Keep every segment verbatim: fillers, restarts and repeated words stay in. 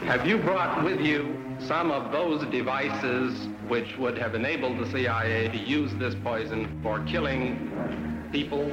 Have you brought with you some of those devices which would have enabled the C I A to use this poison for killing people?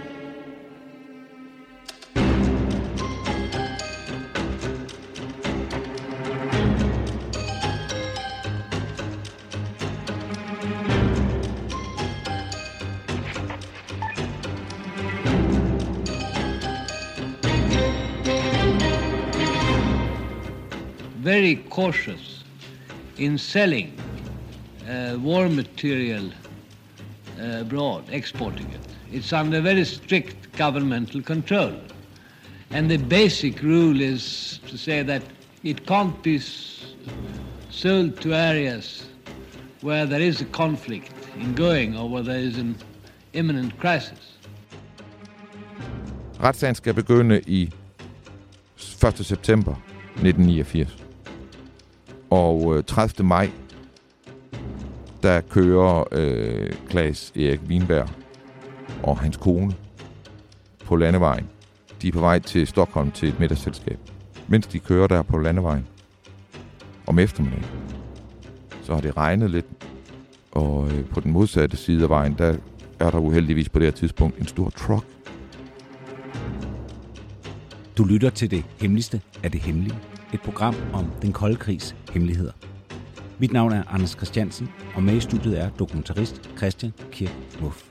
Very cautious in selling uh, war material uh, abroad, exporting it. It's under very strict governmental control. And the basic rule is to say that it can't be s- sold to areas where there is a conflict in going or where there is an imminent crisis. Retssagen skal begynde i første september nitten niogfirs. Og tredivte maj, der kører øh, Claes Erik Winberg og hans kone på landevejen. De er på vej til Stockholm til et middagsselskab. Mens de kører der på landevejen om eftermiddagen, så har det regnet lidt. Og øh, på den modsatte side af vejen, der er der uheldigvis på det her tidspunkt en stor truck. Du lytter til det hemmeligste af det hemmelige. Et program om den kolde krigs hemmeligheder. Mit navn er Anders Christiansen, og med i studiet er dokumentarist Christian Kirk Muff.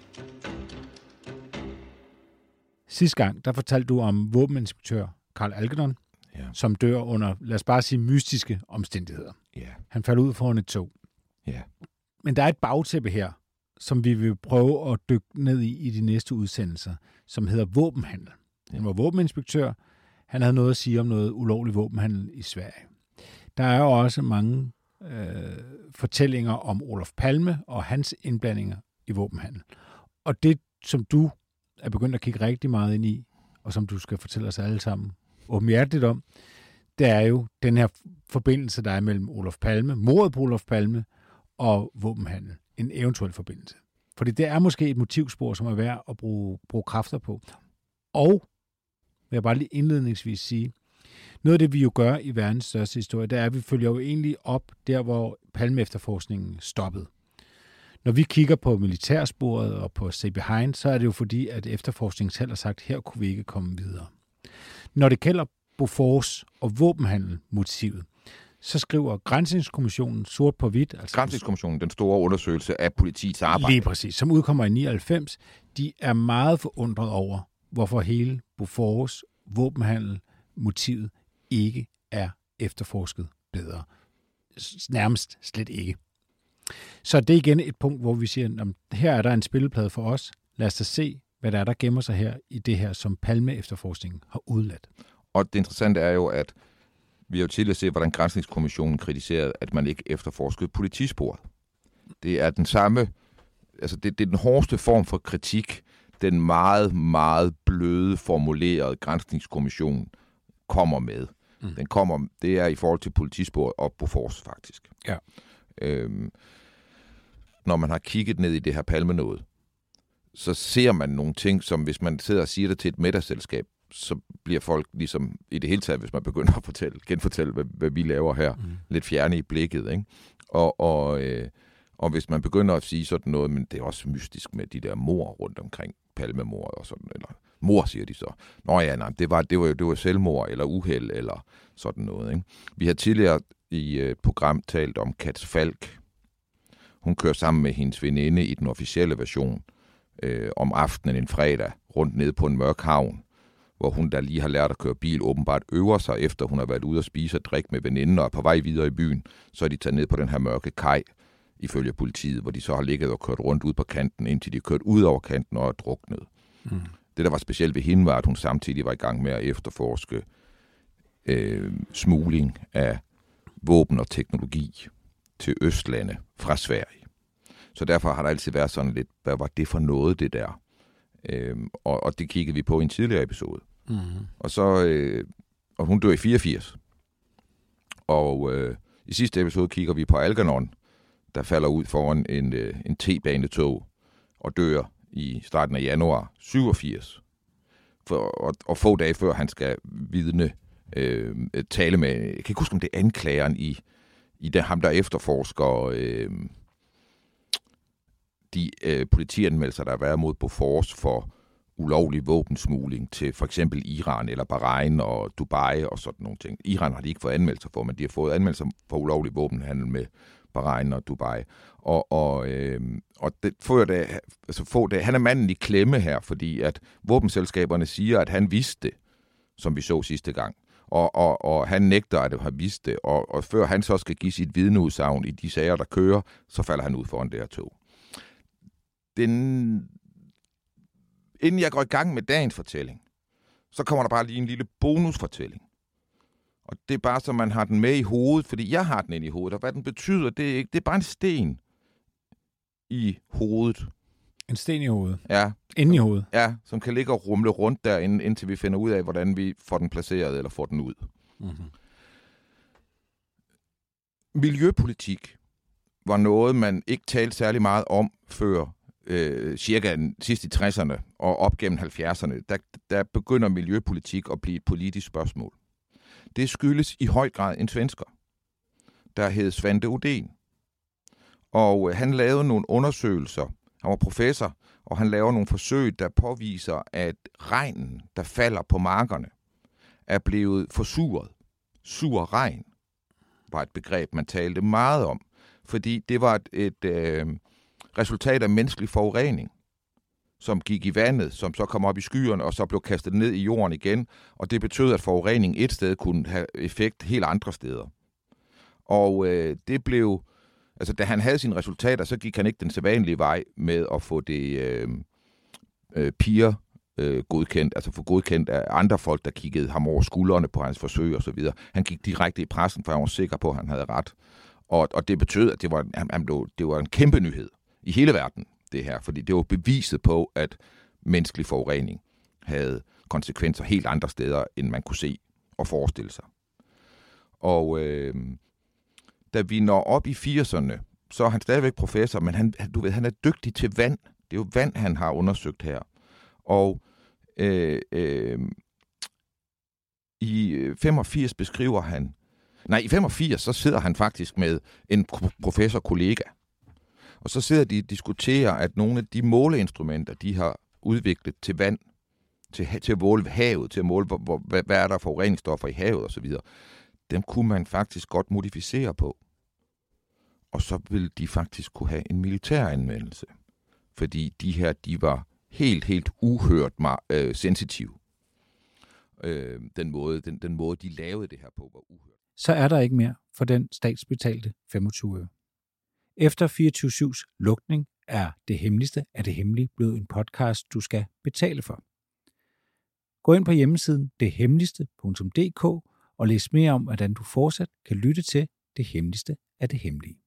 Sidste gang, der fortalte du om våbeninspektør Karl Algernon, ja. Som dør under, lad os bare sige, mystiske omstændigheder. Ja. Han falder ud foran et tog. Ja. Men der er et bagtæppe her, som vi vil prøve at dykke ned i i de næste udsendelser, som hedder våbenhandel. Ja. Han var våbeninspektør. Han havde noget at sige om noget ulovlig våbenhandel i Sverige. Der er jo også mange øh, fortællinger om Olof Palme og hans indblandinger i våbenhandel. Og det, som du er begyndt at kigge rigtig meget ind i, og som du skal fortælle os alle sammen åbenhjertigt om, det er jo den her forbindelse, der er mellem Olof Palme, mordet på Olof Palme og våbenhandel. En eventuel forbindelse. Fordi det er måske et motivspor, som er værd at bruge, bruge kræfter på. Og vil jeg bare lige indledningsvis sige, noget af det, vi jo gør i verdens største historie, det er, at vi følger jo egentlig op der, hvor Palme-efterforskningen stoppede. Når vi kigger på militærsporet og på Stay Behind, så er det jo fordi, at efterforskningen selv har sagt, her kunne vi ikke komme videre. Når det gælder Bofors og våbenhandelmotivet, så skriver Granskningskommissionen sort på hvidt. Altså Granskningskommissionen, den store undersøgelse af politiets arbejde. Lige præcis, som udkommer i nioghalvfems. De er meget forundret over, hvorfor hele Bofors våbenhandelmotivet ikke er efterforsket bedre. Nærmest slet ikke. Så det er igen et punkt, hvor vi siger, at her er der en spilleplade for os. Lad os da se, hvad der er, der gemmer sig her i det her, som Palme-efterforskningen har udladt. Og det interessante er jo, at vi har jo tidligere set, hvordan Granskningskommissionen kritiserede, at man ikke efterforskede politisporet. Det er den samme, altså det, det er den hårdeste form for kritik, den meget, meget bløde formulerede Granskningskommission kommer med. Mm. Den kommer, det er i forhold til politisporet og Bofors faktisk. Ja. Øhm, når man har kigget ned i det her Palme-noget, så ser man nogle ting, som hvis man sidder og siger det til et middagsselskab, så bliver folk ligesom i det hele taget, hvis man begynder at fortælle, genfortælle, hvad, hvad vi laver her, mm. lidt fjerne i blikket, ikke? Og, og, øh, og hvis man begynder at sige sådan noget, men det er også mystisk med de der mor rundt omkring, Palmemord og sådan, eller mor, siger de så. Nå ja, nej, det var, det var jo det var selvmord, eller uheld, eller sådan noget, ikke? Vi har tidligere i et program talt om Kats Falk. Hun kører sammen med hendes veninde i den officielle version øh, om aftenen en fredag, rundt ned på en mørk havn, hvor hun der lige har lært at køre bil, åbenbart øver sig, efter hun har været ude at spise og drikke med veninden og er på vej videre i byen, så er de taget ned på den her mørke kaj, ifølge politiet, hvor de så har ligget og kørt rundt ud på kanten, indtil de kørt ud over kanten og er druknet. Mm. Det, der var specielt ved hende, var, at hun samtidig var i gang med at efterforske øh, smugling af våben og teknologi til Østlande fra Sverige. Så derfor har der altid været sådan lidt, hvad var det for noget, det der? Øhm, og, og det kiggede vi på i en tidligere episode. Mm-hmm. Og så, øh, og hun dør i fireogfirs. Og øh, i sidste episode kigger vi på Algernon, der falder ud foran en, øh, en T-banetog og dør i starten af januar syvogfirs. For, og, og få dage før han skal vidne øh, tale med, jeg kan ikke huske, om det er anklageren i, i det, ham, der efterforsker øh, de øh, politianmeldelser, der har været mod Bofors for ulovlig våbensmugling til for eksempel Iran eller Bahrain og Dubai og sådan nogle ting. Iran har de ikke fået anmeldelser for, men de har fået anmeldelser for ulovlig våbenhandel med Bahrain og Dubai. Og, og, øh, og det, får det, altså får det, han er manden i klemme her, fordi at våbenselskaberne siger, at han vidste det, som vi så sidste gang. Og, og, og han nægter at have vidst det, og, og før han så skal give sit vidneudsagn i de sager, der kører, så falder han ud foran det her tog. Den Inden jeg går i gang med dagens fortælling, så kommer der bare lige en lille bonusfortælling. Og det er bare, så man har den med i hovedet, fordi jeg har den inde i hovedet. Og hvad den betyder, det er, ikke, det er bare en sten i hovedet. En sten i hovedet? Ja. Inde i hovedet? Ja, som kan ligge og rumle rundt derinde, indtil vi finder ud af, hvordan vi får den placeret eller får den ud. Mm-hmm. Miljøpolitik var noget, man ikke talte særlig meget om før Øh, cirka sidst i tresserne og op gennem halvfjerdserne, der, der begynder miljøpolitik at blive et politisk spørgsmål. Det skyldes i høj grad en svensker, der hed Svante Odén. Og øh, han lavede nogle undersøgelser. Han var professor, og han laver nogle forsøg, der påviser, at regnen, der falder på markerne, er blevet forsuret. Sur regn var et begreb, man talte meget om, fordi det var et, et øh, resultat af menneskelig forurening, som gik i vandet, som så kom op i skyerne, og så blev kastet ned i jorden igen, og det betød, at forurening et sted kunne have effekt helt andre steder. Og øh, det blev, altså da han havde sine resultater, så gik han ikke den sædvanlige vej med at få det øh, øh, peer øh, godkendt, altså få godkendt af andre folk, der kiggede ham over skuldrene på hans forsøg og så videre. Han gik direkte i pressen, for han var sikker på, at han havde ret. Og, og det betød, at det var, han, han blev, det var en kæmpe nyhed i hele verden, det her, fordi det var beviset på, at menneskelig forurening havde konsekvenser helt andre steder, end man kunne se og forestille sig. Og øh, da vi når op i firserne, så er han stadigvæk professor, men han, du ved, han er dygtig til vand. Det er jo vand, han har undersøgt her. Og øh, øh, i femogfirs beskriver han, nej, i femogfirs, så sidder han faktisk med en professorkollega. Og så sidder de og diskuterer, at nogle af de måleinstrumenter, de har udviklet til vand, til, til at måle havet, til at måle, hvor, hvor, hvad, hvad er der forureningsstoffer i havet osv., dem kunne man faktisk godt modificere på. Og så ville de faktisk kunne have en militær anvendelse. Fordi de her, de var helt, helt uhørt øh, sensitive. Øh, den, måde, den, den måde, de lavede det her på, var uhørt. Så er der ikke mere for den statsbetalte femogtyve øre. Efter fireogtyve syvs lukning er Det Hemmeligste af det Hemmelige blevet en podcast, du skal betale for. Gå ind på hjemmesiden det hemmeligste punktum d k og læs mere om, hvordan du fortsat kan lytte til Det Hemmeligste af det Hemmelige.